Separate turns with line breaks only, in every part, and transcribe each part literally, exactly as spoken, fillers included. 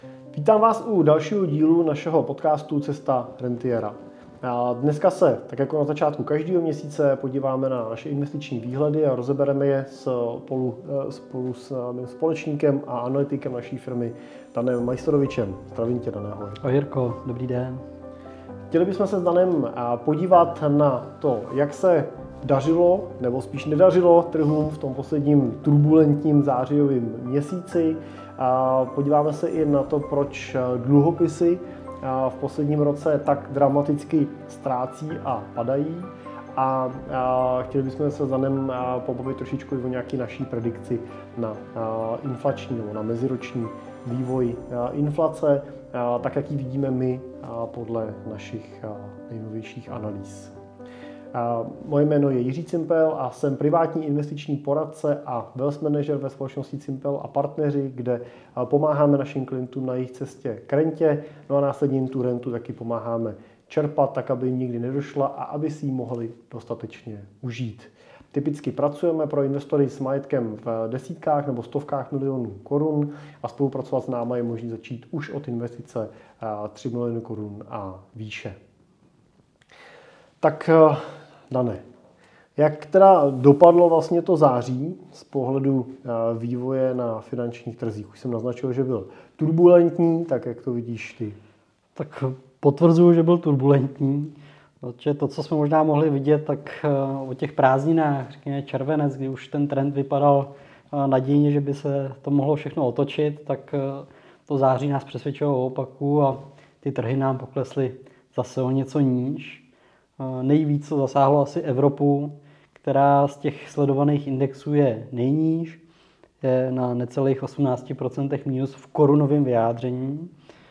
Vítám vás u dalšího dílu našeho podcastu Cesta rentiera. Dneska se, tak jako na začátku každého měsíce, podíváme na naše investiční výhledy a rozebereme je spolu, spolu s mým společníkem a analytikem naší firmy Danem Majstorovičem. Zdravím tě, Dané, ahoj.
Ahoj Jirko, dobrý den.
Chtěli bychom se s Danem podívat na to, jak se dařilo, nebo spíš nedařilo trhům v tom posledním turbulentním zářijovém měsíci. Podíváme se i na to, proč dluhopisy v posledním roce tak dramaticky ztrácí a padají. A chtěli bychom se za ním pobavit trošičku o nějaké naší predikci na inflační nebo na meziroční vývoj inflace, tak jak ji vidíme my podle našich nejnovějších analýz. Moje jméno je Jiří Cimpel a jsem privátní investiční poradce a wealth manager ve společnosti Cimpel a partneři, kde pomáháme našim klientům na jejich cestě k rentě, no a následně jim tu rentu taky pomáháme čerpat, tak aby jim nikdy nedošla a aby si ji mohli dostatečně užít. Typicky pracujeme pro investory s majetkem v desítkách nebo stovkách milionů korun a spolupracovat s námi je možné začít už od investice tři miliony korun a výše. Tak, Dane, jak teda dopadlo vlastně to září z pohledu vývoje na finančních trzích? Už jsem naznačil, že byl turbulentní, tak jak to vidíš ty?
Tak potvrzuji, že byl turbulentní, protože to, co jsme možná mohli vidět, tak o těch prázdninách, řekněme červenec, kdy už ten trend vypadal nadějně, že by se to mohlo všechno otočit, tak to září nás přesvědčilo o opaku a ty trhy nám poklesly zase o něco níž. Nejvíc to zasáhlo asi Evropu, která z těch sledovaných indexů je nejníž, je na necelých osmnáct procent mínus v korunovém vyjádření,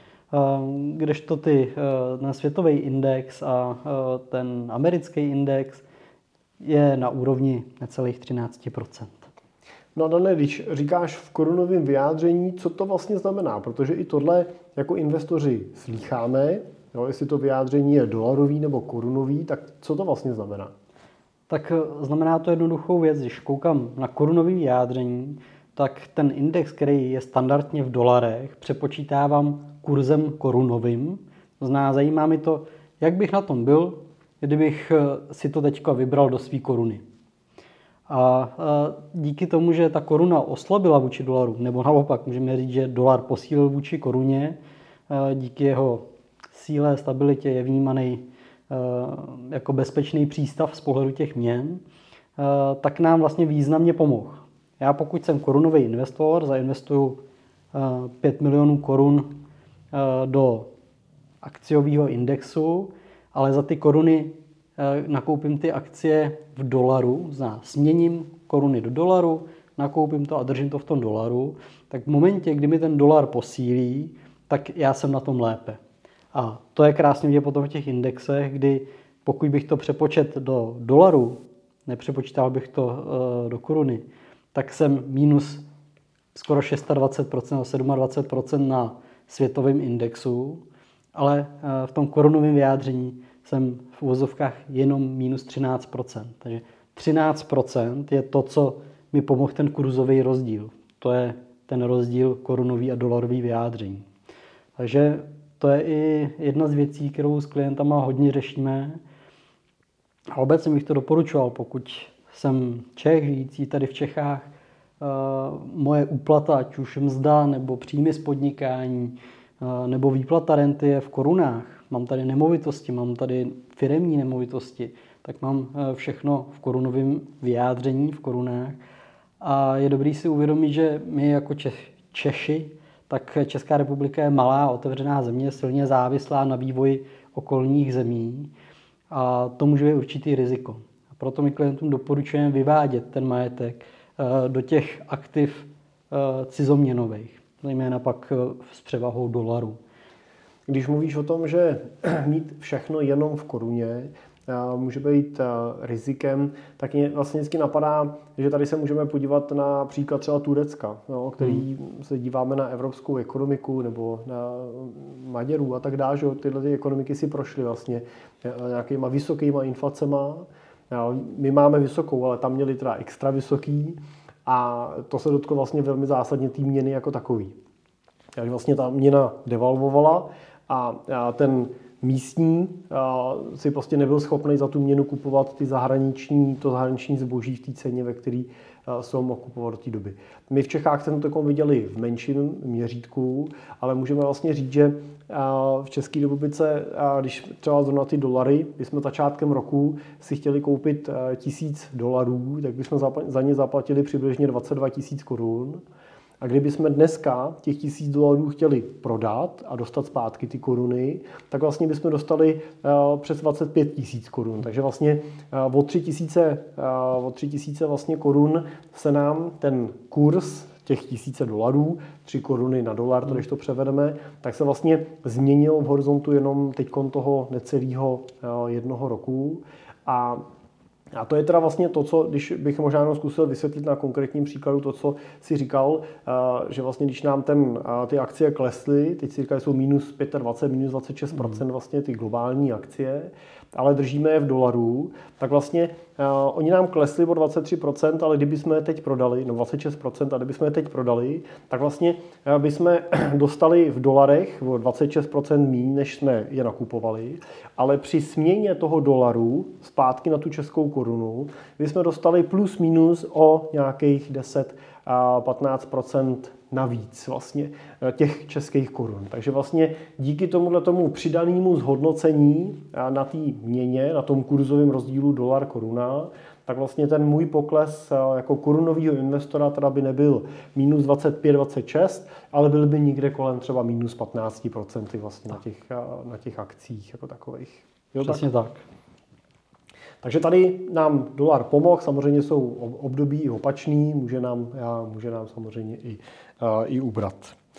kdežto ty, ten světový index a ten americký index je na úrovni necelých třináct procent.
No a Dané, když říkáš v korunovém vyjádření, co to vlastně znamená? Protože i tohle jako investoři slýcháme. Jo, jestli to vyjádření je dolarový nebo korunový, tak co to vlastně znamená?
Tak znamená to jednoduchou věc. Když koukám na korunový vyjádření, tak ten index, který je standardně v dolarech, přepočítávám kurzem korunovým. To znamená, zajímá mi to, jak bych na tom byl, kdybych si to teďka vybral do své koruny. A díky tomu, že ta koruna oslabila vůči dolaru, nebo naopak můžeme říct, že dolar posílil vůči koruně, díky jeho síle, stabilitě je vnímaný jako bezpečný přístav z pohledu těch měn, tak nám vlastně významně pomohl. Já pokud jsem korunový investor, zainvestuju pět milionů korun do akciového indexu, ale za ty koruny nakoupím ty akcie v dolaru, znamená směním koruny do dolaru, nakoupím to a držím to v tom dolaru, tak v momentě, kdy mi ten dolar posílí, tak já jsem na tom lépe. A to je krásně vidět potom v těch indexech, kdy pokud bych to přepočet do dolaru, nepřepočítal bych to do koruny, tak jsem minus skoro dvacet šest procent nebo dvacet sedm procent na světovém indexu, ale v tom korunovém vyjádření jsem v uvozovkách jenom minus třináct procent. Takže třináct procent je to, co mi pomohl ten kurzový rozdíl. To je ten rozdíl korunový a dolarový vyjádření. Takže to je i jedna z věcí, kterou s klientama hodně řešíme. A obecně bych to doporučoval, pokud jsem Čech, žijící tady v Čechách, moje úplata, ať už mzda, nebo příjmy z podnikání, nebo výplata renty je v korunách. Mám tady nemovitosti, mám tady firemní nemovitosti, tak mám všechno v korunovém vyjádření, v korunách. A je dobrý si uvědomit, že my jako Češi, tak Česká republika je malá, otevřená země, silně závislá na vývoji okolních zemí a to může být určitý riziko. A proto my klientům doporučujeme vyvádět ten majetek do těch aktiv cizoměnových, zejména pak s převahou dolaru.
Když mluvíš o tom, že mít všechno jenom v koruně může být rizikem, tak mě vlastně vždycky napadá, že tady se můžeme podívat na příklad třeba Turecka, no, který hmm. se díváme na evropskou ekonomiku nebo na Maďarů a tak dále, že tyhle ty ekonomiky si prošly vlastně nějakýma vysokýma inflacema. My máme vysokou, ale tam měli teda extra vysoký a to se dotklo vlastně velmi zásadně té měny jako takový. Takže vlastně ta měna devalvovala a ten místní si prostě nebyl schopný za tu měnu kupovat ty zahraniční, to zahraniční zboží v té ceně, ve které se ho mohl kupovat do té doby. My v Čechách jsme to viděli v menším měřítku, ale můžeme vlastně říct, že v České republice, když třeba zrovna ty dolary, když jsme začátkem roku si chtěli koupit tisíc dolarů, tak bychom za ně zaplatili přibližně dvacet dva tisíc korun. A kdybychom dneska těch tisíc dolarů chtěli prodat a dostat zpátky ty koruny, tak vlastně bychom dostali přes dvacet pět tisíc korun. Takže vlastně o tři tisíce, o tři tisíce vlastně korun se nám ten kurz těch tisíce dolarů, tři koruny na dolar, to když to převedeme, tak se vlastně změnil v horizontu jenom teďkon toho necelého jednoho roku. A A to je teda vlastně to, co, když bych možná jenom zkusil vysvětlit na konkrétním příkladu to, co si říkal, že vlastně když nám ten, ty akcie klesly, teď si říkají, jsou minus dvacet pět, minus dvacet šest procent vlastně ty globální akcie, ale držíme je v dolaru, tak vlastně uh, oni nám klesli o dvacet tři procent, ale kdybychom je teď prodali, no dvacet šest procent, a kdybychom je teď prodali, tak vlastně uh, bychom dostali v dolarech o dvacet šest procent míň, než jsme je nakupovali, ale při směně toho dolaru zpátky na tu českou korunu bychom dostali plus minus o nějakých deset až patnáct procent navíc vlastně těch českých korun. Takže vlastně díky tomuhle tomu přidanému zhodnocení na té měně, na tom kurzovém rozdílu dolar-koruna, tak vlastně ten můj pokles jako korunového investora teda by nebyl minus dvacet pět dvacet šest, ale byl by někde kolem třeba minus patnáct procent vlastně na těch, na těch akcích jako takových.
Jo, přesně tak. tak.
Takže tady nám dolar pomohl, samozřejmě jsou období opačný, může nám, může nám samozřejmě i, i ubrat.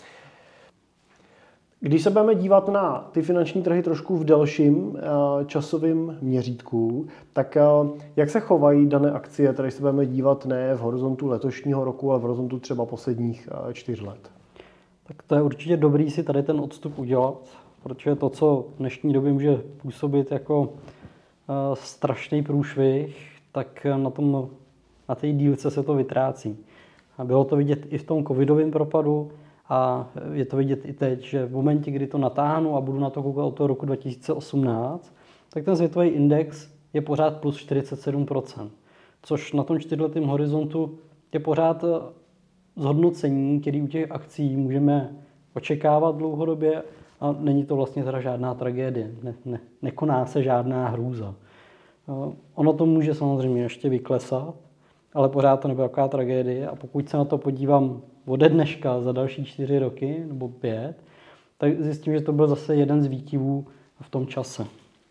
Když se budeme dívat na ty finanční trhy trošku v delším časovém měřítku, tak jak se chovají dané akcie, tady se budeme dívat ne v horizontu letošního roku, ale v horizontu třeba posledních čtyř let?
Tak to je určitě dobrý si tady ten odstup udělat, protože to, co v dnešní době může působit jako strašný průšvih, tak na tom, na té dílce se to vytrácí. A bylo to vidět i v tom covidovém propadu a je to vidět i teď, že v momentě, kdy to natáhnu a budu na to koukat od toho roku dva tisíce osmnáct, tak ten světový index je pořád plus čtyřicet sedm procent, což na tom čtyřletém horizontu je pořád zhodnocení, který u těch akcí můžeme očekávat dlouhodobě. A není to vlastně teda žádná tragédie, ne, ne, nekoná se žádná hrůza. Ono to může samozřejmě ještě vyklesat, ale pořád to nebude taková tragédie. A pokud se na to podívám ode dneška za další čtyři roky nebo pět, tak zjistím, že to byl zase jeden z výkyvů v tom čase.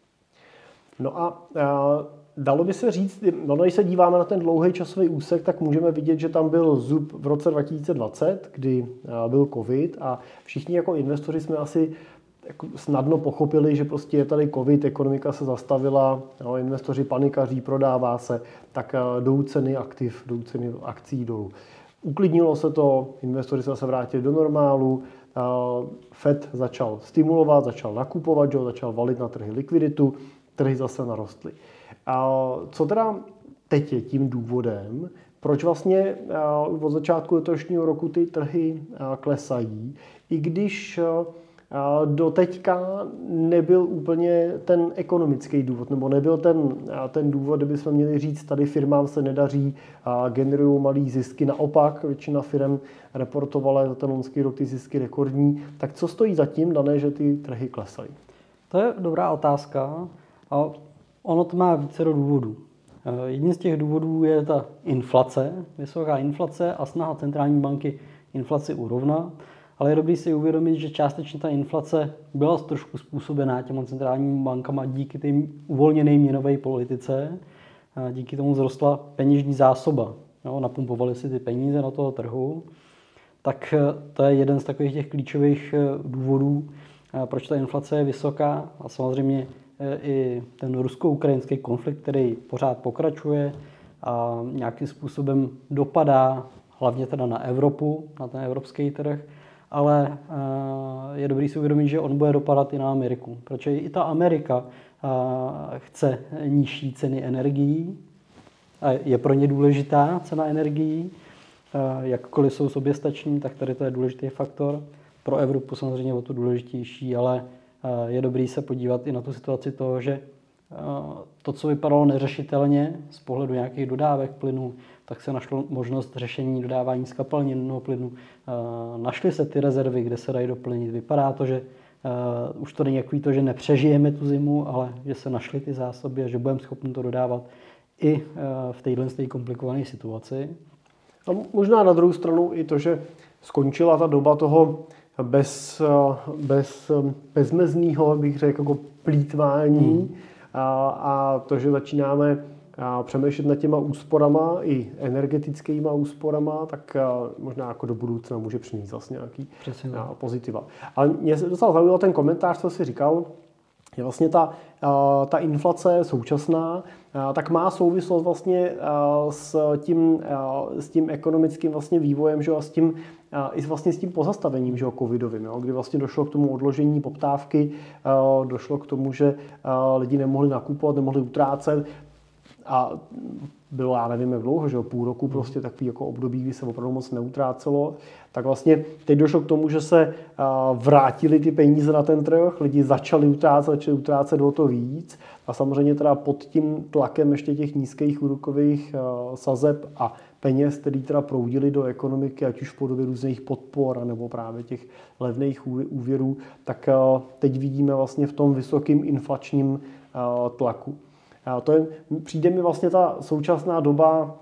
No a, a dalo by se říct, no, když se díváme na ten dlouhý časový úsek, tak můžeme vidět, že tam byl zub v roce dva tisíce dvacet, kdy byl covid a všichni jako investoři jsme asi jako snadno pochopili, že prostě je tady covid, ekonomika se zastavila, no, investoři panikaří, prodává se, tak jdou ceny aktiv, jdou ceny akcí dolů. Uklidnilo se to, investoři se zase vrátili do normálu, Fed začal stimulovat, začal nakupovat, začal valit na trhy likviditu, trhy zase narostly. A co teda teď je tím důvodem, proč vlastně od začátku letošního roku ty trhy klesají, i když do teďka nebyl úplně ten ekonomický důvod, nebo nebyl ten, ten důvod, kde bychom měli říct, tady firmám se nedaří, generují malý zisky, naopak většina firm reportovala za ten loňský rok ty zisky rekordní, tak co stojí za tím, dané, že ty trhy klesají?
To je dobrá otázka. A ono to má více důvodů. Jedním z těch důvodů je ta inflace, vysoká inflace a snaha centrální banky inflaci urovnat. Ale je dobré si uvědomit, že částečně ta inflace byla trošku způsobená těma centrálními bankama díky té uvolněné měnové politice. Díky tomu vzrostla peněžní zásoba. Jo, napumpovali si ty peníze na toho trhu. Tak to je jeden z takových těch klíčových důvodů, proč ta inflace je vysoká. A samozřejmě i ten rusko-ukrajinský konflikt, který pořád pokračuje a nějakým způsobem dopadá hlavně teda na Evropu, na ten evropský trh, ale je dobrý si uvědomit, že on bude dopadat i na Ameriku, protože i ta Amerika chce nižší ceny energií a je pro ně důležitá cena energií, jakkoliv jsou soběstační, tak tady to je důležitý faktor. pro Evropu samozřejmě o to důležitější, ale je dobrý se podívat i na tu situaci toho, že to, co vypadalo neřešitelně z pohledu nějakých dodávek plynu, tak se našlo možnost řešení dodávání skapalněného plynu. Našly se ty rezervy, kde se dají doplnit. Vypadá to, že už to není takový to, že nepřežijeme tu zimu, ale že se našly ty zásoby a že budeme schopni to dodávat i v této komplikované situaci.
A možná na druhou stranu i to, že skončila ta doba toho bez, bez, bezmezného, bych řekl, jako plýtvání hmm. a, a to, že začínáme přemýšlet nad těma úsporama i energetickýma úsporama, tak možná jako do budoucna může přinést vlastně nějaký Přesně. pozitiva. Ale mě se docela zaujal ten komentář, co jsi říkal, je vlastně ta, ta inflace současná, tak má souvislost vlastně s tím, s tím ekonomickým vlastně vývojem, že, a s tím, i vlastně s tím pozastavením, že, covidovým, jo, kdy vlastně došlo k tomu odložení poptávky, došlo k tomu, že lidi nemohli nakupovat, nemohli utrácet a bylo, já nevím, jak dlouho, že jo, půl roku prostě takový jako období, kdy se opravdu moc neutrácelo, tak vlastně teď došlo k tomu, že se vrátily ty peníze na ten trh, lidi začali utrácet, začali utrácet o to víc a samozřejmě teda pod tím tlakem ještě těch nízkých úrokových sazeb a peněz, který teda proudili do ekonomiky, ať už v podobě různých podpor, nebo právě těch levných úvěrů, tak teď vidíme vlastně v tom vysokým inflačním tlaku. To je, přijde mi vlastně ta současná doba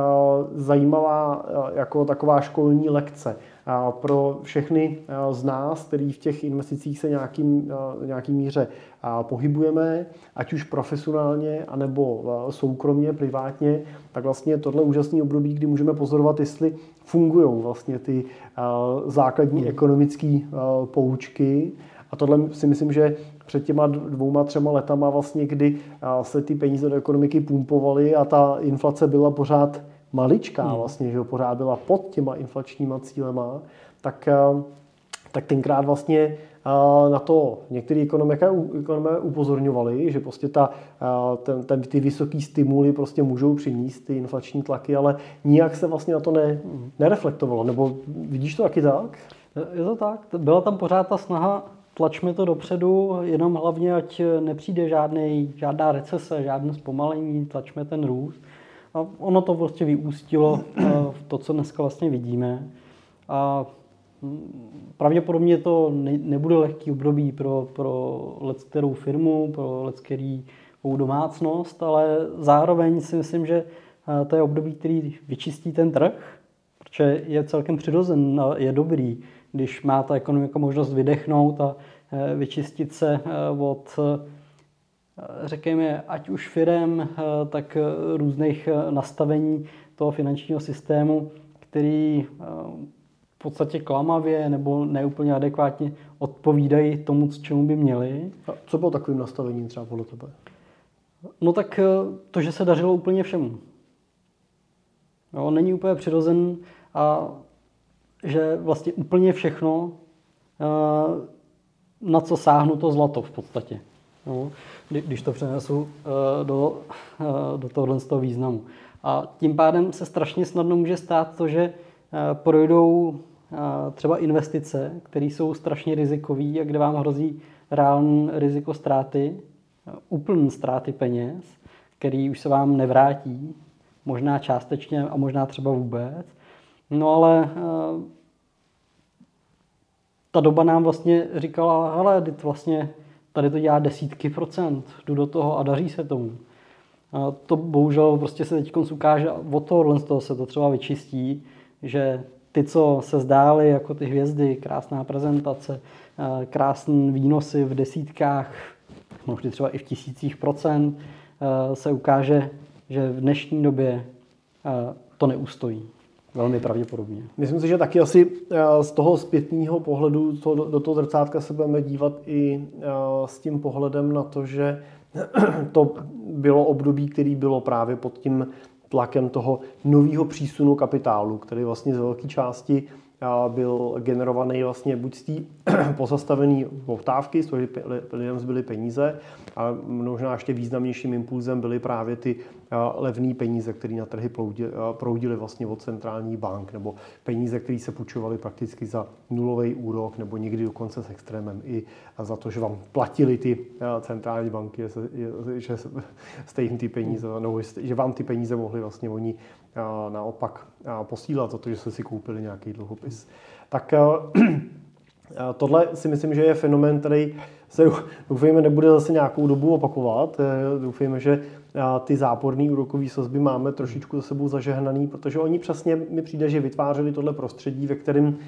zajímavá jako taková školní lekce pro všechny z nás, kteří v těch investicích se nějakým, nějaký míře pohybujeme, ať už profesionálně, anebo soukromně, privátně, tak vlastně tohle úžasné období, kdy můžeme pozorovat, jestli fungují vlastně ty základní hmm. ekonomické poučky. A tohle si myslím, že před těma dvouma, třema letama vlastně, kdy se ty peníze do ekonomiky pumpovaly a ta inflace byla pořád maličká hmm. vlastně, že pořád byla pod těma inflačníma cílema, tak, tak tenkrát vlastně na to některé ekonomé upozorňovali, že prostě ta, ten, ten, ty vysoký stimuly prostě můžou přinést ty inflační tlaky, ale nijak se vlastně na to ne, nereflektovalo. Nebo vidíš to taky tak?
Je to tak. Byla tam pořád ta snaha, tlačme to dopředu, jenom hlavně, ať nepřijde žádnej, žádná recese, žádné zpomalení, tlačme ten růst. A ono to prostě vyústilo v to, co dneska vlastně vidíme. A pravděpodobně to ne, nebude lehký období pro, pro leckerou firmu, pro leckerou domácnost, ale zároveň si myslím, že to je období, který vyčistí ten trh, protože je celkem přirozen, je dobrý, když má ta ekonomika možnost vydechnout a vyčistit se od, řekněme, ať už firem, tak různých nastavení toho finančního systému, který v podstatě klamavě nebo neúplně adekvátně odpovídají tomu, čemu by měli.
A co bylo takovým nastavením třeba podle tebe?
No tak to, že se dařilo úplně všemu. Jo, není úplně přirozen a že vlastně úplně všechno, na co sáhnu to zlato v podstatě. Jo, když to přenesu do, do tohohle z toho významu. A tím pádem se strašně snadno může stát to, že projdou třeba investice, které jsou strašně rizikové a kde vám hrozí reálné riziko ztráty, úplné ztráty peněz, který už se vám nevrátí, možná částečně a možná třeba vůbec. No ale ta doba nám vlastně říkala, hele, vlastně tady to dělá desítky procent, jdu do toho a daří se tomu. A to bohužel prostě se teď ukáže, od tohohle z toho se to třeba vyčistí, že ty, co se zdály jako ty hvězdy, krásná prezentace, krásné výnosy v desítkách, možná třeba i v tisících procent, se ukáže, že v dnešní době to neustojí. Velmi pravděpodobně.
Myslím si, že taky asi z toho zpětného pohledu do toho zrcátka se budeme dívat i s tím pohledem na to, že to bylo období, který bylo právě pod tím tlakem toho nového přísunu kapitálu, který vlastně z velké části byl generovaný vlastně buď z té pozastavené poptávky, z toho, že lidem zbyly peníze, a možná ještě významnějším impulzem byly právě ty levné peníze, které na trhy proudily vlastně od centrálních bank, nebo peníze, které se půjčovaly prakticky za nulový úrok, nebo někdy dokonce s extrémem i za to, že vám platili ty centrální banky, že jste jim ty peníze, nebo že vám ty peníze mohli vlastně oni naopak posílat za to, že jste si koupili nějaký dluhopis. Tak tohle si myslím, že je fenomén, který se doufejme nebude zase nějakou dobu opakovat. Doufejme, že ty záporné úrokové sazby máme trošičku za sebou zažehnaný, protože oni přesně mi přijde, že vytvářeli tohle prostředí, ve kterém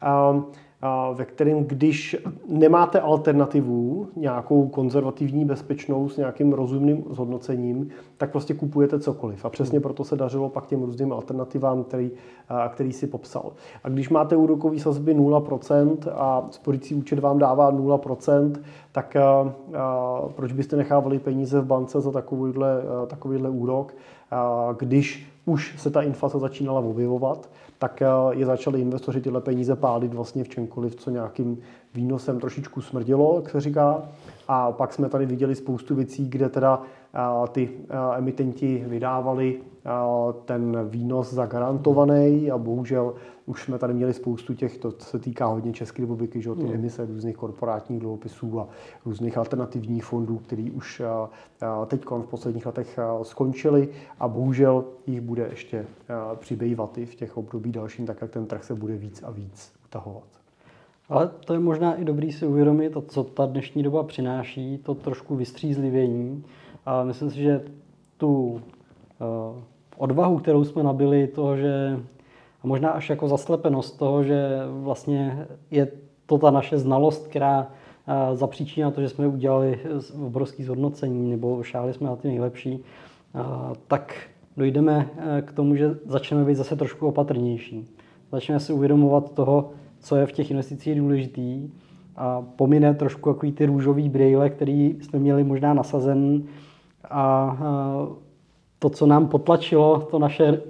ve kterém, když nemáte alternativu, nějakou konzervativní, bezpečnou, s nějakým rozumným zhodnocením, tak prostě kupujete cokoliv. A přesně proto se dařilo pak těm různým alternativám, který, který si popsal. A když máte úrokový sazby nula procent a spořící účet vám dává nula procent, tak a, a, proč byste nechávali peníze v bance za takovýhle, takovýhle úrok, a, když už se ta inflace začínala objevovat, tak je začali investoři tyhle peníze pálit vlastně v čemkoliv, co nějakým výnosem trošičku smrdilo, jak se říká. A pak jsme tady viděli spoustu věcí, kde teda ty emitenti vydávali ten výnos zagarantovaný a bohužel už jsme tady měli spoustu těch, to se týká hodně České republiky, že ty emise různých korporátních dluhopisů a různých alternativních fondů, které už teď v posledních letech skončily a bohužel jich bude ještě přibývat i v těch období dalším, tak jak ten trh se bude víc a víc utahovat.
Ale to je možná i dobrý si uvědomit, co ta dnešní doba přináší, to trošku vystřízlivění. A myslím si, že tu odvahu, kterou jsme nabili, toho, že a možná až jako zaslepenost toho, že vlastně je to ta naše znalost, která zapříčí to, že jsme udělali obrovský zhodnocení nebo šáli jsme na ty nejlepší, tak dojdeme k tomu, že začneme být zase trošku opatrnější. Začneme si uvědomovat toho, co je v těch investicích důležitý a pomine trošku takový ty růžový brýle, který jsme měli možná nasazen a to, co nám potlačilo, to naše,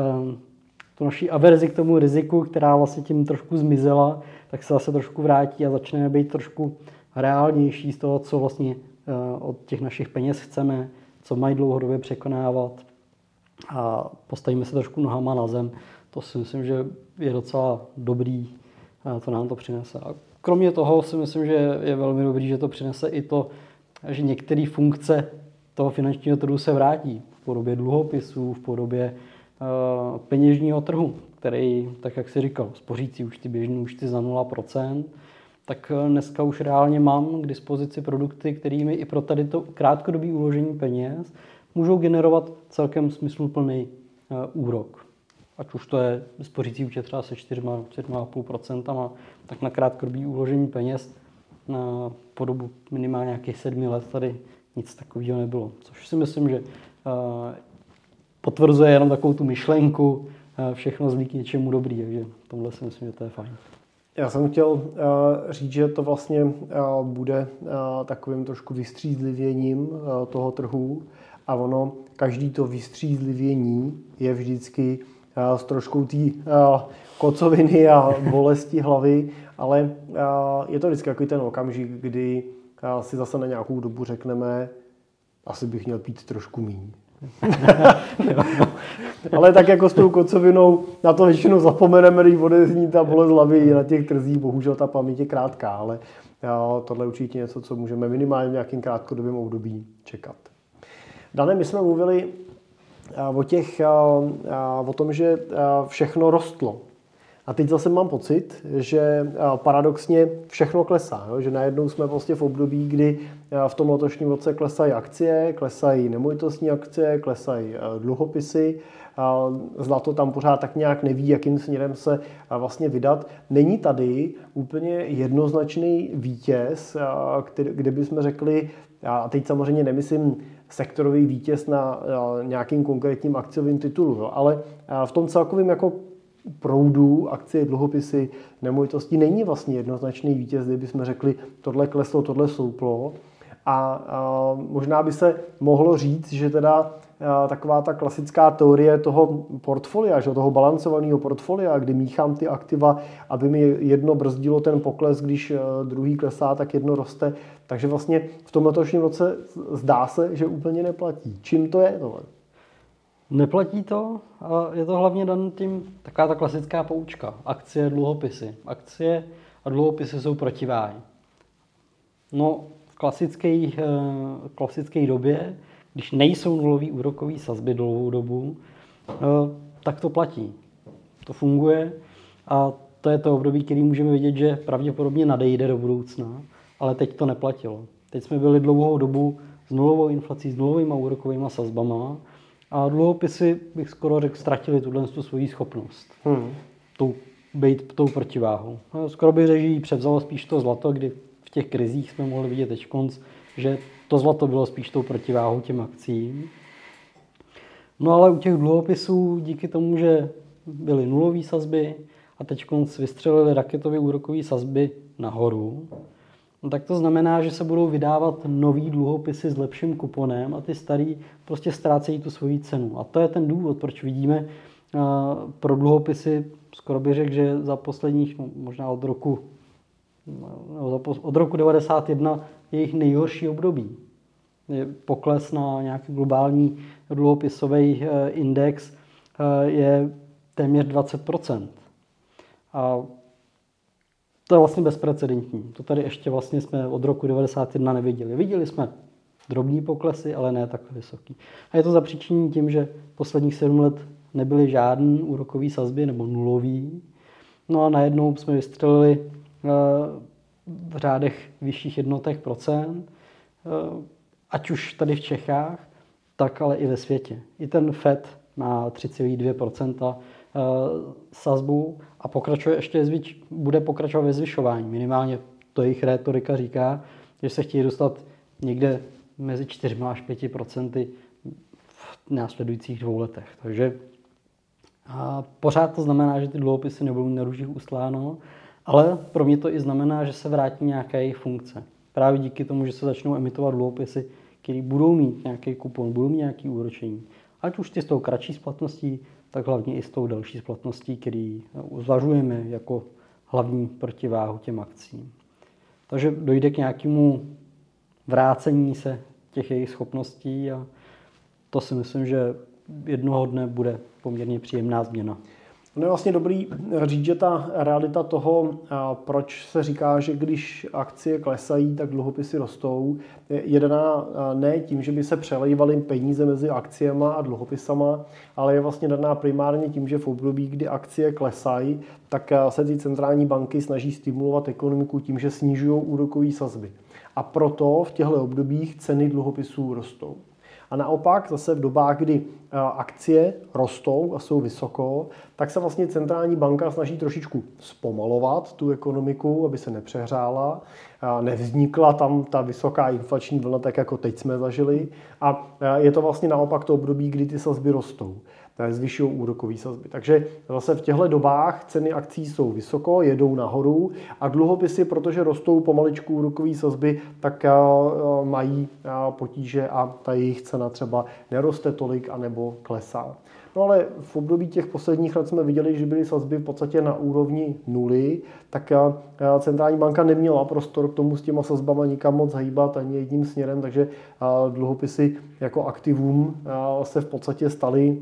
tu naši averzi k tomu riziku, která vlastně tím trošku zmizela, tak se zase trošku vrátí a začneme být trošku reálnější z toho, co vlastně od těch našich peněz chceme, co mají dlouhodobě překonávat a postavíme se trošku nohama na zem. To si myslím, že je docela dobrý, to nám to přinese. A kromě toho si myslím, že je velmi dobrý, že to přinese i to, že některé funkce toho finančního trhu se vrátí v podobě dluhopisů, v podobě uh, peněžního trhu, který, tak jak si říkal, spořící účty, běžný účty za nula procent, tak dneska už reálně mám k dispozici produkty, kterými i pro tady to krátkodobé uložení peněz můžou generovat celkem smysluplný uh, úrok. Ať už to je spořící účet třeba se čtyři až čtyři celá pět procenta, tak na krátkodobé uložení peněz na po dobu minimálně nějakých sedmi let tady nic takového nebylo. Což si myslím, že uh, potvrzuje jenom takovou tu myšlenku, uh, všechno zlí k něčemu dobrý, takže tomhle si myslím, že to je fajn.
Já jsem chtěl uh, říct, že to vlastně uh, bude uh, takovým trošku vystřízlivěním uh, toho trhu a ono, každý to vystřízlivění je vždycky uh, s troškou té uh, kocoviny a bolesti hlavy, ale uh, je to vždycky takový ten okamžik, kdy uh, si zase na nějakou dobu řekneme, asi bych měl pít trošku míň. Ale tak jako s tou kocovinou na to většinou zapomeneme, když odezní ta bolest hlavy na těch trzích, bohužel ta paměť je krátká, ale uh, tohle je určitě něco, co můžeme minimálně v nějakým krátkodobém období čekat. Dane, my jsme mluvili uh, o, těch, uh, uh, o tom, že uh, všechno rostlo. A teď zase mám pocit, že paradoxně všechno klesá. Jo? Že najednou jsme prostě v období, kdy v tom letošním roce klesají akcie, klesají nemovitostní akcie, klesají dluhopisy. Zlato tam pořád tak nějak neví, jakým směrem se vlastně vydat. Není tady úplně jednoznačný vítěz, kde bychom řekli, a teď samozřejmě nemyslím sektorový vítěz na nějakým konkrétním akciovým titulu, jo? Ale v tom celkovém jako proudů, akcie, dluhopisy, nemovitosti není vlastně jednoznačný vítěz, kdybychom řekli, tohle kleslo, tohle slouplo. A, a možná by se mohlo říct, že teda a, taková ta klasická teorie toho portfolia, že, toho balancovaného portfolia, kdy míchám ty aktiva, aby mi jedno brzdilo ten pokles, když druhý klesá, tak jedno roste. Takže vlastně v tom letošním roce zdá se, že úplně neplatí. Čím to je tohle?
Neplatí to a je to hlavně dan tím taková ta klasická poučka. Akcie, dluhopisy. Akcie a dluhopisy jsou protiváhy. No, v klasické, klasické době, když nejsou nulový úrokový sazby dlouhou dobu, tak to platí. To funguje a to je to období, který můžeme vidět, že pravděpodobně nadejde do budoucna, ale teď to neplatilo. Teď jsme byli dlouhou dobu s nulovou inflací, s nulovými úrokovými sazbama a dluhopisy, bych skoro řekl, ztratili tuhle tu svoji schopnost. Hmm. Tou, být tou protiváhou. No, skoro bych řekl, že ji převzalo spíš to zlato, kdy v těch krizích jsme mohli vidět teď konc, že to zlato bylo spíš tou protiváhou těm akcím. No ale u těch dluhopisů díky tomu, že byly nulové sazby a teď konc vystřelili raketové úrokové sazby nahoru, no tak to znamená, že se budou vydávat nový dluhopisy s lepším kuponem a ty starý prostě ztrácejí tu svoji cenu. A to je ten důvod, proč vidíme uh, pro dluhopisy, skoro bych řekl, že za posledních, no, možná od roku, no, od roku devadesát jedna je jejich nejhorší období. Je pokles na nějaký globální dluhopisový uh, index uh, je téměř dvacet procent. A to je vlastně bezprecedentní. To tady ještě vlastně jsme od roku devadesát jedna neviděli. Viděli jsme drobný poklesy, ale ne takhle vysoký. A je to zapříčinění tím, že posledních sedm let nebyly žádný úrokový sazby nebo nulový. No a najednou jsme vystřelili v řádech vyšších jednotek procent, ať už tady v Čechách, tak ale i ve světě. I ten Fed má tři celá dvě procenta sazbu a pokračuje ještě zvyč, bude pokračovat ve zvyšování. Minimálně to jejich rétorika říká, že se chtějí dostat někde mezi čtyři až pět procenty v následujících dvou letech. Takže a pořád to znamená, že ty dluhopisy nebudou na růžích ustláno, ale pro mě to i znamená, že se vrátí nějaké jejich funkce. Právě díky tomu, že se začnou emitovat dluhopisy, které budou mít nějaký kupon, budou mít nějaké úročení. Ať už ty s tou kratší splatností, tak hlavně i s tou další splatností, který zvažujeme jako hlavní protiváhu těm akcím. Takže dojde k nějakému vrácení se těch jejich schopností a to si myslím, že jednoho dne bude poměrně příjemná změna.
No je vlastně dobrý říct, že ta realita toho, proč se říká, že když akcie klesají, tak dluhopisy rostou, je daná ne tím, že by se přelejvaly peníze mezi akciema a dluhopisama, ale je vlastně daná primárně tím, že v období, kdy akcie klesají, tak se ty centrální banky snaží stimulovat ekonomiku tím, že snižují úrokové sazby. A proto v těchto obdobích ceny dluhopisů rostou. A naopak zase v dobách, kdy akcie rostou a jsou vysoko, tak se vlastně centrální banka snaží trošičku zpomalovat tu ekonomiku, aby se nepřehřála. Nevznikla tam ta vysoká inflační vlna, tak jako teď jsme zažili. A je to vlastně naopak to období, kdy ty sazby rostou. Zvyšují úrokové sazby. Takže zase v těchto dobách ceny akcí jsou vysoko, jedou nahoru a dluhopisy, protože rostou pomaličku úrokové sazby, tak mají potíže a ta jejich cena třeba neroste tolik anebo klesá. No ale v období těch posledních let jsme viděli, že byly sazby v podstatě na úrovni nuly, tak centrální banka neměla prostor k tomu s těma sazbama nikam moc hýbat ani jedním směrem, takže dluhopisy jako aktivum se v podstatě staly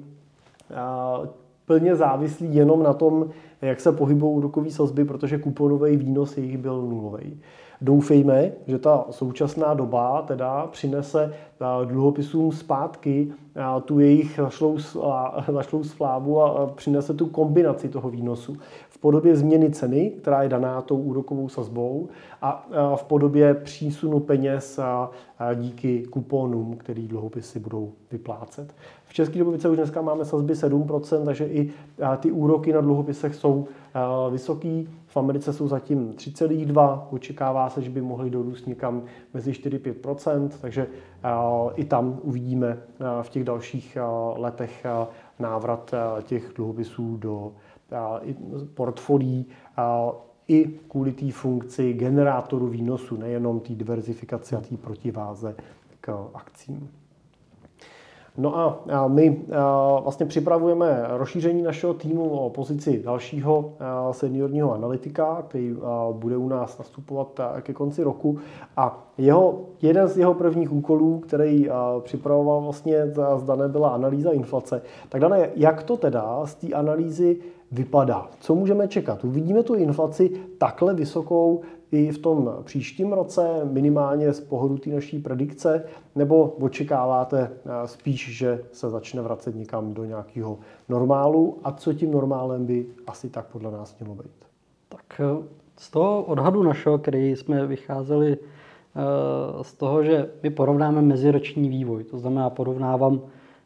plně závislí jenom na tom, jak se pohybují úrokové sazby, protože kuponový výnos jejich byl nulový. Doufejme, že ta současná doba teda přinese dluhopisům zpátky tu jejich zašlou slávu a přinese tu kombinaci toho výnosu v podobě změny ceny, která je daná tou úrokovou sazbou, a v podobě přísunu peněz díky kuponům, který dluhopisy budou vyplácet. V České republice už dneska máme sazby sedm procent, takže i ty úroky na dluhopisech jsou vysoký. V Americe jsou zatím tři celá dva, očekává se, že by mohly dorůst někam mezi čtyři až pět procent, takže i tam uvidíme v těch dalších letech návrat těch dluhopisů do portfolií i kvůli té funkci generátoru výnosu, nejenom té diverzifikaci a té protiváze k akcím. No a, a my a vlastně připravujeme rozšíření našeho týmu o pozici dalšího a, seniorního analytika, který a, bude u nás nastupovat a, ke konci roku. A jeho, jeden z jeho prvních úkolů, který a, připravoval vlastně s Danem, byla analýza inflace. Tak Dane, jak to teda z té analýzy vypadá? Co můžeme čekat? Uvidíme tu inflaci takhle vysokou i v tom příštím roce, minimálně z pohledu té naší predikce, nebo očekáváte spíš, že se začne vracet někam do nějakého normálu? A co tím normálem by asi tak podle nás mělo být?
Tak z toho odhadu našeho, který jsme vycházeli z toho, že my porovnáme meziroční vývoj, to znamená porovnávám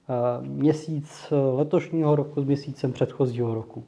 měsíc letošního roku s měsícem předchozího roku.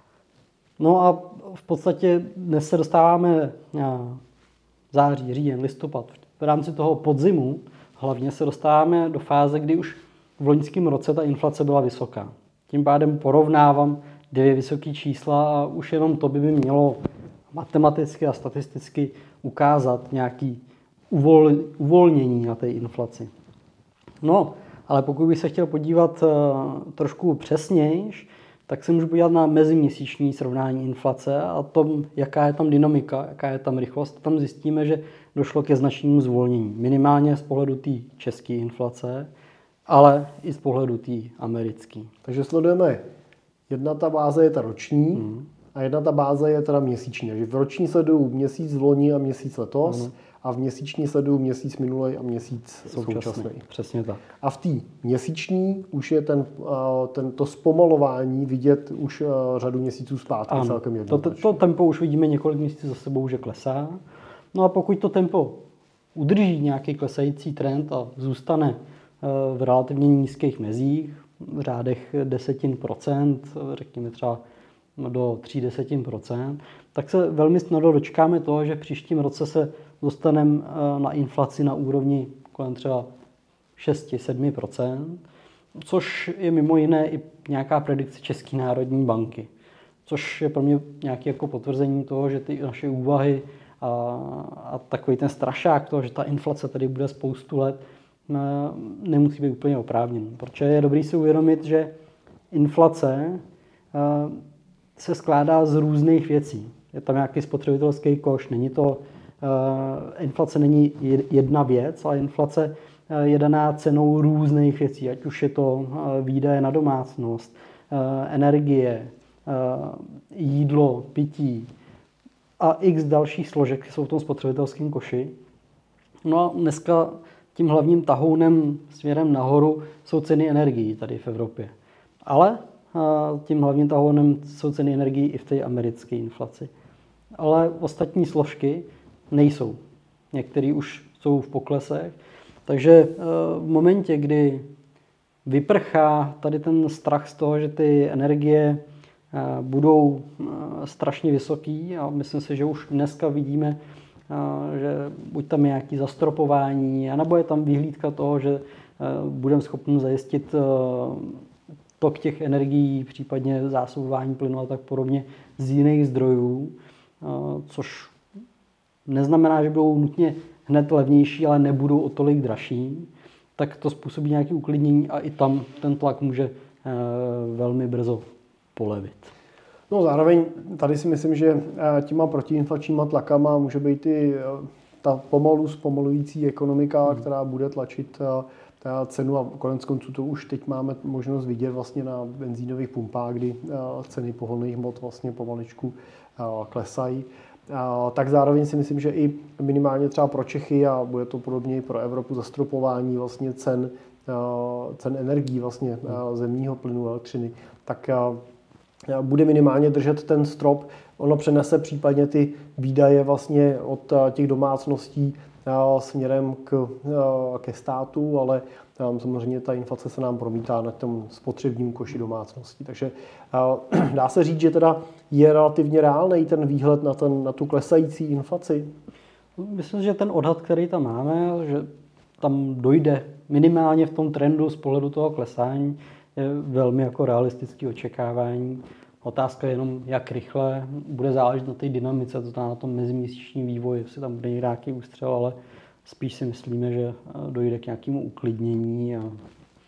No a v podstatě dnes se dostáváme na září, říjen, listopad. V rámci toho podzimu hlavně se dostáváme do fáze, kdy už v loňském roce ta inflace byla vysoká. Tím pádem porovnávám dvě vysoké čísla a už jenom to by mi mělo matematicky a statisticky ukázat nějaký uvol, uvolnění na té inflaci. No, ale pokud bych se chtěl podívat trošku přesnějš, tak se můžu podívat na meziměsíční srovnání inflace a tom, jaká je tam dynamika, jaká je tam rychlost. Tam zjistíme, že došlo ke značnému zvolnění. Minimálně z pohledu té české inflace, ale i z pohledu té americké.
Takže sledujeme, jedna ta báze je ta roční hmm. a jedna ta báze je teda měsíční. Takže v roční sleduju měsíc v loni a měsíc letos. Hmm. A v měsíční sleduju měsíc minulý a měsíc současný. současný.
Přesně tak.
A v té měsíční už je ten, ten, to zpomalování vidět už řadu měsíců zpátky.
Ano,
celkem
to, to, to tempo už vidíme několik měsíců za sebou, že klesá. No a pokud to tempo udrží nějaký klesající trend a zůstane v relativně nízkých mezích, v řádech desetin procent, řekněme třeba do tři desetin procent, tak se velmi snadno dočkáme toho, že v příštím roce se dostaneme na inflaci na úrovni kolem třeba šest až sedm procent, což je mimo jiné i nějaká predikce České národní banky. Což je pro mě nějaké jako potvrzení toho, že ty naše úvahy a, a takový ten strašák toho, že ta inflace tady bude spoustu let, nemusí být úplně oprávněný. Protože je dobré si uvědomit, že inflace se skládá z různých věcí. Je tam nějaký spotřebitelský koš, není to, uh, inflace není jedna věc, ale inflace je daná cenou různých věcí, ať už je to uh, výdaje na domácnost, uh, energie, uh, jídlo, pití a x dalších složek jsou v tom spotřebitelském koši. No a dneska tím hlavním tahounem směrem nahoru jsou ceny energií tady v Evropě. Ale tím hlavním tahounem jsou ceny energií i v té americké inflaci. Ale ostatní složky nejsou. Některé už jsou v poklesech. Takže v momentě, kdy vyprchá tady ten strach z toho, že ty energie budou strašně vysoký, a myslím si, že už dneska vidíme, že buď tam je nějaké zastropování, anebo je tam vyhlídka toho, že budeme schopni zajistit tok těch energií, případně zásobování plynu a tak podobně z jiných zdrojů, což neznamená, že budou nutně hned levnější, ale nebudou o tolik dražší, tak to způsobí nějaké uklidnění a i tam ten tlak může velmi brzo polevit.
No zároveň tady si myslím, že těma protiinflačníma tlakama může být i ta pomalu zpomalující ekonomika, hmm. která bude tlačit ta cenu, a konec konců to už teď máme možnost vidět vlastně na benzínových pumpách, kdy ceny pohonných hmot vlastně pomaličku klesají. Tak zároveň si myslím, že i minimálně třeba pro Čechy, a bude to podobně i pro Evropu, zastropování vlastně cen, cen energií, vlastně zemního plynu, elektřiny, tak bude minimálně držet ten strop. Ono přenese případně ty výdaje vlastně od těch domácností směrem k, ke státu, ale samozřejmě ta inflace se nám promítá na tom spotřebním koši domácností. Takže dá se říct, že teda je relativně reálný ten výhled na, ten, na tu klesající inflaci?
Myslím, že ten odhad, který tam máme, že tam dojde minimálně v tom trendu z pohledu toho klesání, je velmi jako realistické očekávání. Otázka je jenom, jak rychle, bude záležet na té dynamice, to znamená na tom meziměsíčním vývoji, jestli tam bude nějaký ústřel, ale spíš si myslíme, že dojde k nějakému uklidnění a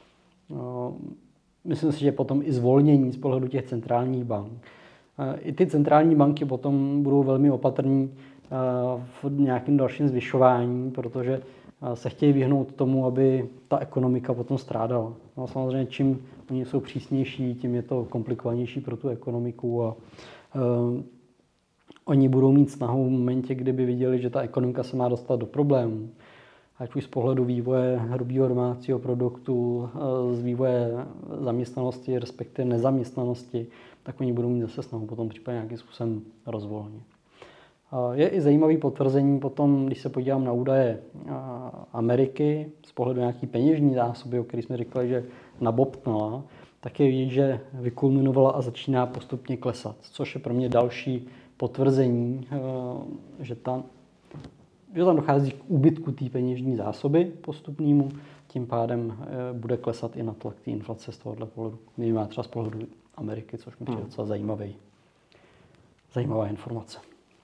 Myslím si, že potom i zvolnění z pohledu těch centrálních bank. I ty centrální banky potom budou velmi opatrní v nějakém dalším zvyšování, protože se chtějí vyhnout tomu, aby ta ekonomika potom strádala. No, samozřejmě čím oni jsou přísnější, tím je to komplikovanější pro tu ekonomiku a uh, oni budou mít snahu v momentě, kdyby viděli, že ta ekonomika se má dostat do problémů, ať už z pohledu vývoje hrubého domácího produktu, z vývoje zaměstnanosti, respektive nezaměstnanosti, tak oni budou mít zase snahu potom případně nějakým způsobem rozvolnit. Je i zajímavý potvrzení potom, když se podívám na údaje Ameriky z pohledu nějaký peněžní zásoby, o kterých jsme říkali, že nabobtnala, tak je vidět, že vykulminovala a začíná postupně klesat, což je pro mě další potvrzení, že, ta, že tam dochází k úbytku té peněžní zásoby postupnému, tím pádem bude klesat i natlak té inflace z tohohle pohledu. Minimálně třeba z pohledu Ameriky, což mi přijde docela zajímavý. Zajímavá informace.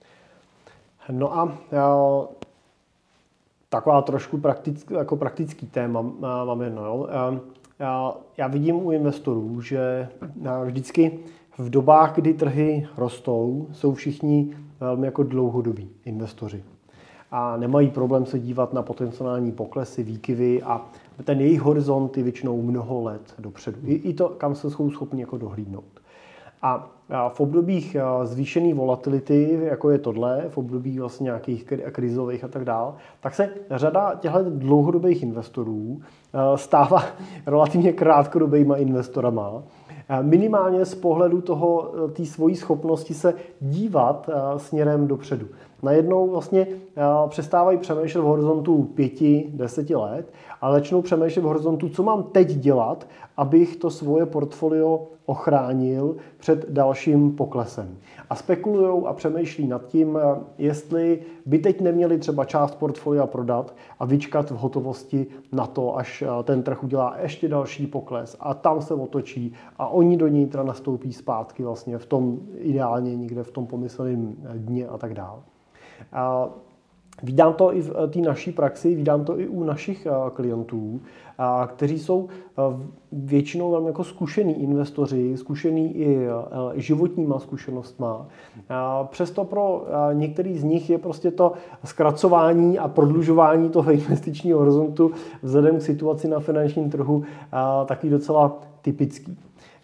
No a jo, taková trošku praktický, jako praktický téma mám jedno. Jo. Já, já vidím u investorů, že vždycky v dobách, kdy trhy rostou, jsou všichni velmi jako dlouhodobí investoři. A nemají problém se dívat na potenciální poklesy, výkyvy a ten jejich horizont je většinou mnoho let dopředu. I, i to, kam se jsou schopni jako dohlídnout. A v obdobích zvýšené volatility, jako je tohle, v období vlastně nějakých krizových a tak dále, tak se řada těchto dlouhodobých investorů stává relativně krátkodobýma investorama. Minimálně z pohledu toho, té svojí schopnosti se dívat směrem dopředu. Najednou vlastně přestávají přemýšlet v horizontu pěti, deseti let, ale začnou přemýšlet v horizontu, co mám teď dělat, abych to svoje portfolio ochránil před dalším poklesem. A spekulujou a přemýšlí nad tím, jestli by teď neměli třeba část portfolia prodat a vyčkat v hotovosti na to, až ten trh udělá ještě další pokles a tam se otočí a oni do něj teda nastoupí zpátky vlastně v tom ideálně někde v tom pomyslném dně a tak dále. A vídám to i v té naší praxi, vídám to i u našich klientů, kteří jsou většinou velmi jako zkušení investoři, zkušení i životníma zkušenostma. Přesto pro některý z nich je prostě to zkracování a prodlužování toho investičního horizontu vzhledem k situaci na finančním trhu taky docela typický.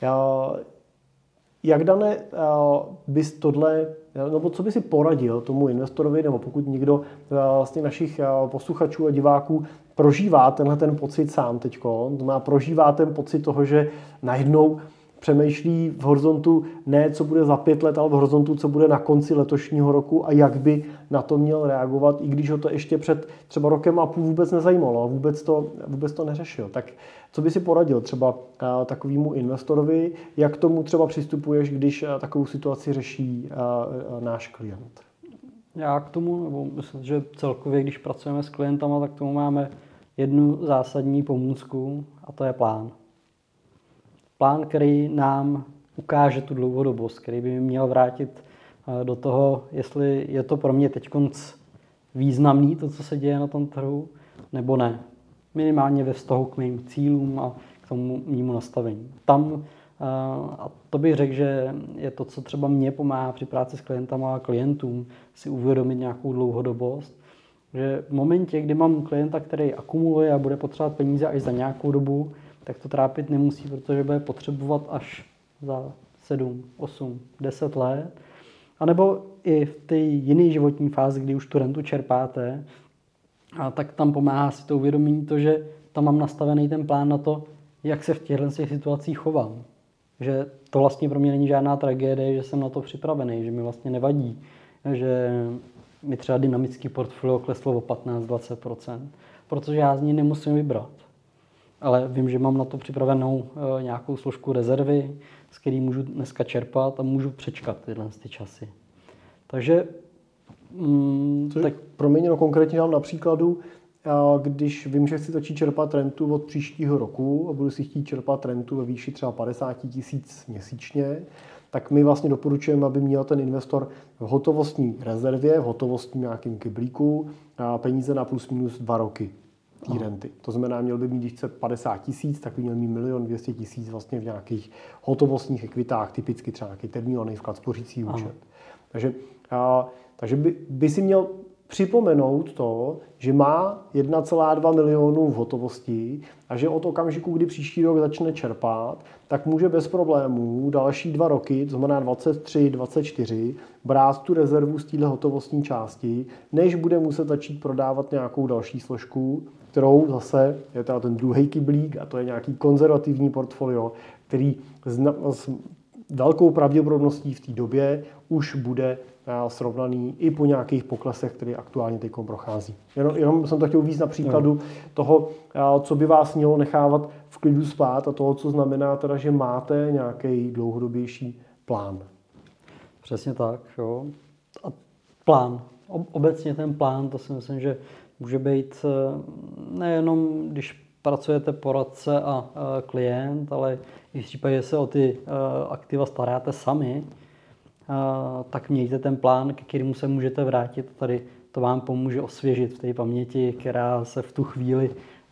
Jak, Dane, bys tohle, nebo co by si poradil tomu investorovi, nebo pokud někdo z těch našich posluchačů a diváků prožívá tenhle ten pocit sám teďko, to má prožívá ten pocit toho, že najednou přemýšlí v horizontu ne, co bude za pět let, ale v horizontu, co bude na konci letošního roku a jak by na to měl reagovat, i když ho to ještě před třeba rokem a půl vůbec nezajímalo a vůbec to, vůbec to neřešil. Tak co by si poradil třeba takovému investorovi, jak k tomu třeba přistupuješ, když takovou situaci řeší náš klient?
Já k tomu, nebo myslím, že celkově, když pracujeme s klientama, tak k tomu máme jednu zásadní pomůcku a to je plán. Plán, který nám ukáže tu dlouhodobost, který by mi měl vrátit do toho, jestli je to pro mě teď významný, to, co se děje na tom trhu, nebo ne. Minimálně ve vztahu k mým cílům a k tomu mému nastavení. Tam, a to bych řekl, že je to, co třeba mě pomáhá při práci s klientama a klientům, si uvědomit nějakou dlouhodobost, že v momentě, kdy mám klienta, který akumuluje a bude potřebovat peníze až za nějakou dobu, tak to trápit nemusí, protože bude potřebovat až za sedm, osm, deset let. A nebo i v té jiné životní fázi, kdy už tu rentu čerpáte, a tak tam pomáhá si to uvědomění to, že tam mám nastavený ten plán na to, jak se v těchto situacích chovám. Že to vlastně pro mě není žádná tragédie, že jsem na to připravený, že mi vlastně nevadí, že mi třeba dynamický portfolio kleslo o patnáct až dvacet procent, protože já z ní nemusím vybrat. Ale vím, že mám na to připravenou e, nějakou složku rezervy, z který můžu dneska čerpat a můžu přečkat tyhle ty časy. Takže... Mm, tak...
Promiň, konkrétně dám na příkladu, když vím, že chci začít čerpat rentu od příštího roku a budu si chtít čerpat rentu ve výši třeba padesát tisíc měsíčně, tak my vlastně doporučujeme, aby měl ten investor v hotovostní rezervě, v hotovostním nějakém kyblíku peníze na plus minus dva roky. té renty. To znamená, měl by mít, když chce padesát tisíc, tak by měl mít milion dvě stě tisíc vlastně v nějakých hotovostních ekvitách, typicky třeba nějaký termínovaný vklad, spořící účet. Takže, a, takže by, by si měl připomenout to, že má jedna celá dva milionu v hotovosti a že od okamžiku, kdy příští rok začne čerpat, tak může bez problémů další dva roky, to znamená dvacet tři, dvacet čtyři, brát tu rezervu z téhle hotovostní části, než bude muset začít prodávat nějakou další složku, kterou zase je teda ten druhý kyblík a to je nějaký konzervativní portfolio, který s velkou pravděpodobností v té době už bude srovnaný i po nějakých poklesech, které aktuálně teď prochází. Jenom, jenom jsem to chtěl víc na příkladu toho, co by vás mělo nechávat v klidu spát a toho, co znamená teda, že máte nějaký dlouhodobější plán.
Přesně tak, jo. A plán. Obecně ten plán, to si myslím, že může být nejenom, když pracujete poradce a klient, ale i v případě, že se o ty aktiva staráte sami, tak mějte ten plán, ke kterému se můžete vrátit. Tady to vám pomůže osvěžit v té paměti, která se v tu chvíli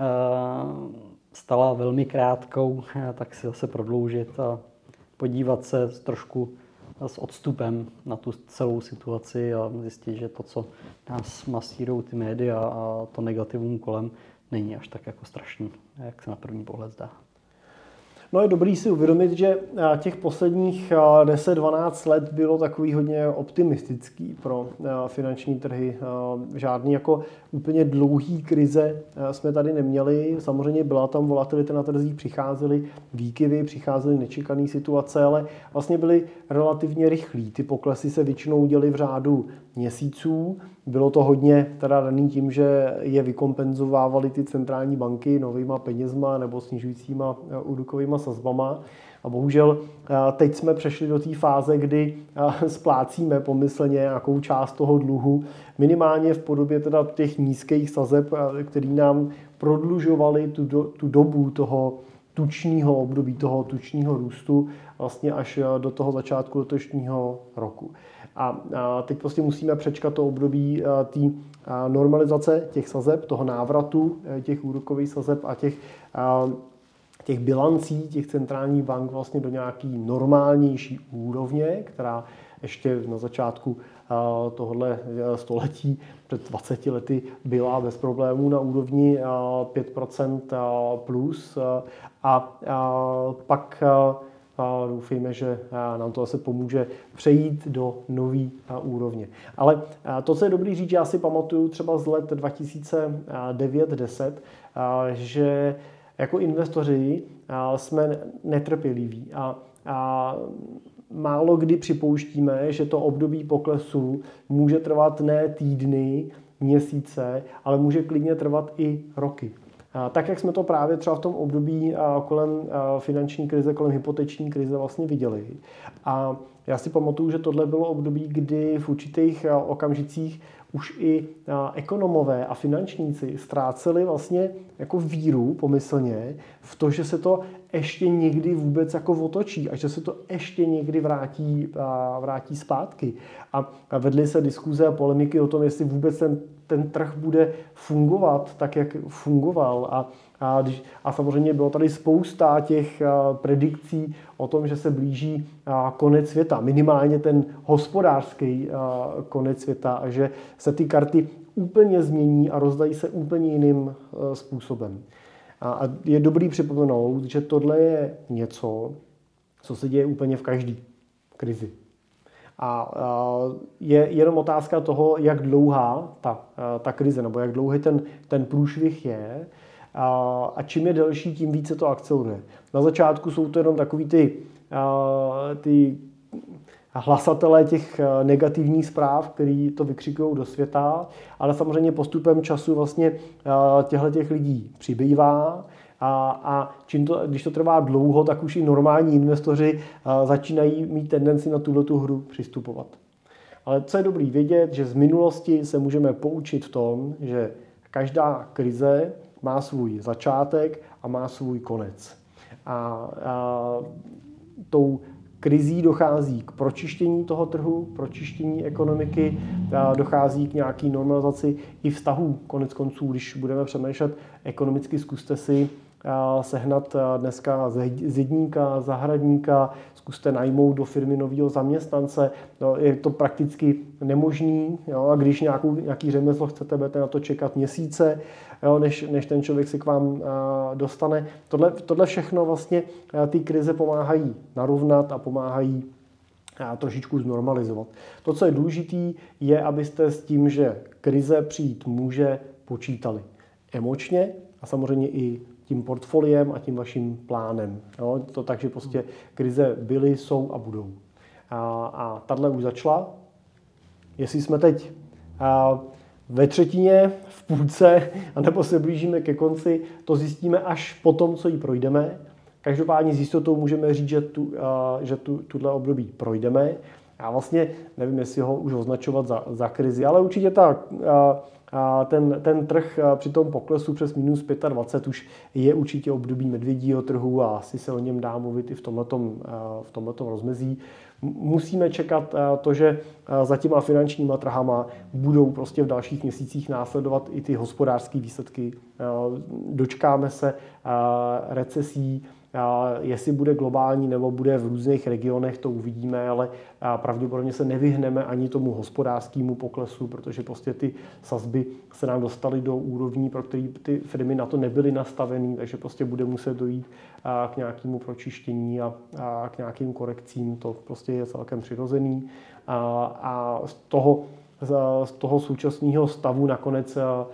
stala velmi krátkou, tak si zase prodloužit a podívat se trošku s odstupem na tu celou situaci a zjistit, že to, co nás masírují ty média a to negativum kolem, není až tak jako strašný, jak se na první pohled zdá.
No je dobrý si uvědomit, že těch posledních deset dvanáct let bylo takový hodně optimistický pro finanční trhy. Žádný jako úplně dlouhý krize jsme tady neměli. Samozřejmě byla tam volatilita na trzích, přicházely výkyvy, přicházely nečekané situace, ale vlastně byly relativně rychlí. Ty poklesy se většinou děly v řádu měsíců. Bylo to hodně teda daný tím, že je vykompenzovávaly ty centrální banky novýma penězma nebo snižujícíma úrokovýma sazbama. A bohužel teď jsme přešli do té fáze, kdy splácíme pomyslně nějakou část toho dluhu, minimálně v podobě teda těch nízkých sazeb, který nám prodlužovaly tu, do, tu dobu toho tučního období, toho tučního růstu vlastně až do toho začátku letošního roku. A teď prostě musíme přečkat to období té normalizace těch sazeb, toho návratu těch úrokových sazeb a těch, těch bilancí těch centrálních bank vlastně do nějaký normálnější úrovně, která ještě na začátku tohohle století před dvaceti lety byla bez problémů na úrovni pět procent plus a pak a doufejme, že nám to zase pomůže přejít do nové úrovně. Ale to, co je dobrý říct, já si pamatuju třeba z let dva tisíce devět deset, že jako investoři jsme netrpěliví a, a málo kdy připouštíme, že to období poklesu může trvat ne týdny, měsíce, ale může klidně trvat i roky. Tak, jak jsme to právě třeba v tom období kolem finanční krize, kolem hypoteční krize vlastně viděli. A já si pamatuju, že tohle bylo období, kdy v určitých okamžicích už i ekonomové a finančníci ztráceli vlastně jako víru pomyslně v to, že se to ještě někdy vůbec jako otočí a že se to ještě někdy vrátí, vrátí zpátky. A vedly se diskuze a polemiky o tom, jestli vůbec ten, ten trh bude fungovat tak, jak fungoval. A, a, když, a samozřejmě bylo tady spousta těch predikcí o tom, že se blíží konec světa, minimálně ten hospodářský konec světa a že se ty karty úplně změní a rozdají se úplně jiným způsobem. A je dobrý připomenout, že tohle je něco, co se děje úplně v každé krizi. A je jenom otázka toho, jak dlouhá ta, ta krize, nebo jak dlouhý ten, ten průšvih je. A čím je delší, tím více to akceleruje. Na začátku jsou to jenom takový ty, ty hlasatelé těch negativních zpráv, který to vykřikují do světa, ale samozřejmě postupem času vlastně těchto lidí přibývá a, a čím to, když to trvá dlouho, tak už i normální investoři začínají mít tendenci na tuhletu hru přistupovat. Ale co je dobrý vědět, že z minulosti se můžeme poučit v tom, že každá krize má svůj začátek a má svůj konec. A, a tou krizí dochází k pročištění toho trhu, pročištění ekonomiky, dochází k nějaký normalizaci i vztahů. Konec konců, když budeme přemýšlet ekonomicky, zkuste si sehnat dneska zedníka, zahradníka, zkuste najmout do firmy nového zaměstnance. No, je to prakticky nemožný, jo, a když nějakou, nějaký řemeslo chcete, budete na to čekat měsíce, jo, než, než ten člověk se k vám a, dostane. Tohle, tohle všechno vlastně ty krize pomáhají narovnat a pomáhají a, trošičku znormalizovat. To, co je důležité, je, abyste s tím, že krize přijít může, počítali emočně a samozřejmě i tím portfoliem a tím vaším plánem. Jo? To tak, že prostě krize byly, jsou a budou. A, a tahle už začala. Jestli jsme teď a, ve třetině, v půlce, anebo se blížíme ke konci, to zjistíme až po tom, co ji projdeme. Každopádně s jistotou můžeme říct, že, tu, a, že tu, tuhle období projdeme. Já vlastně nevím, jestli ho už označovat za, za krizi, ale určitě tak. A, A ten, ten trh při tom poklesu přes minus dvacet pět už je určitě období medvědího trhu a asi se o něm dá mluvit i v tomhletom, v tomhletom rozmezí. Musíme čekat to, že za těma finančníma trhama budou prostě v dalších měsících následovat i ty hospodářské výsledky. Dočkáme se recesí, jestli bude globální nebo bude v různých regionech, to uvidíme, ale pravděpodobně se nevyhneme ani tomu hospodářskému poklesu, protože prostě ty sazby se nám dostaly do úrovní, pro které ty firmy na to nebyly nastavený, takže prostě bude muset dojít k nějakému pročištění a k nějakým korekcím, to prostě je celkem přirozený. A z toho, z toho současného stavu nakonec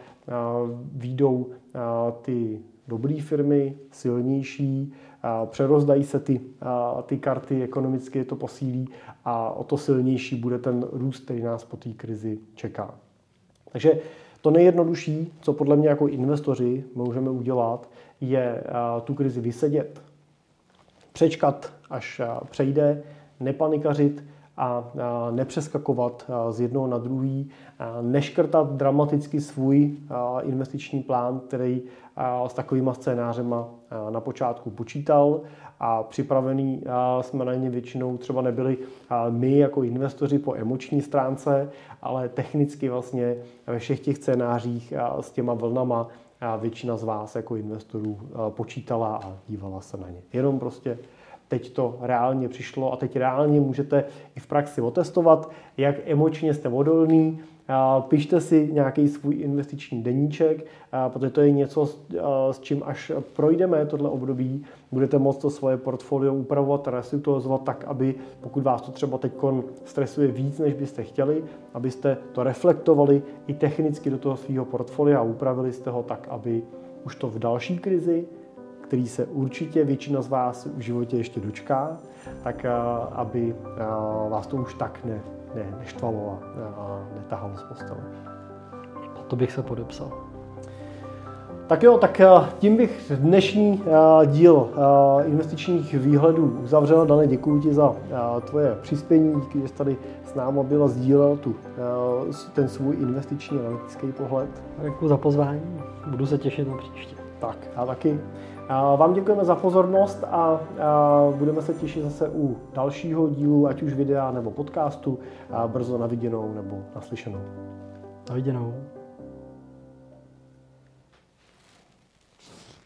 výjdou ty dobré firmy, silnější, přerozdají se ty, ty karty, ekonomicky je to posílí a o to silnější bude ten růst, který nás po té krizi čeká. Takže to nejjednodušší, co podle mě jako investoři můžeme udělat, je tu krizi vysedět, přečkat, až přejde, nepanikařit a nepřeskakovat z jednoho na druhý, neškrtat dramaticky svůj investiční plán, který s takovýma scénářema na počátku počítal a připravený jsme na ně většinou třeba nebyli my jako investoři po emoční stránce, ale technicky vlastně ve všech těch scénářích s těma vlnama většina z vás jako investorů počítala a dívala se na ně. Jenom prostě teď to reálně přišlo a teď reálně můžete i v praxi otestovat, jak emočně jste odolní. Pište si nějaký svůj investiční deníček, protože to je něco, s čím až projdeme tohle období, budete moct to svoje portfolio upravovat a restrukturalizovat tak, aby pokud vás to třeba teď stresuje víc, než byste chtěli, abyste to reflektovali i technicky do toho svého portfolia a upravili jste ho tak, aby už to v další krizi, který se určitě většina z vás v životě ještě dočká, tak aby vás to už tak ne, ne, neštvalo a netahalo z postele.
To bych se podepsal.
Tak jo, tak tím bych dnešní díl investičních výhledů uzavřel. Dane, děkuji ti za tvoje přispění, díky, že jsi tady s náma byla sdílel tu, ten svůj investiční analytický pohled.
Děkuji za pozvání, budu se těšit na příště.
Tak, a taky. Vám děkujeme za pozornost a budeme se těšit zase u dalšího dílu, ať už videa nebo podcastu, brzo na viděnou nebo naslyšenou.
Na viděnou.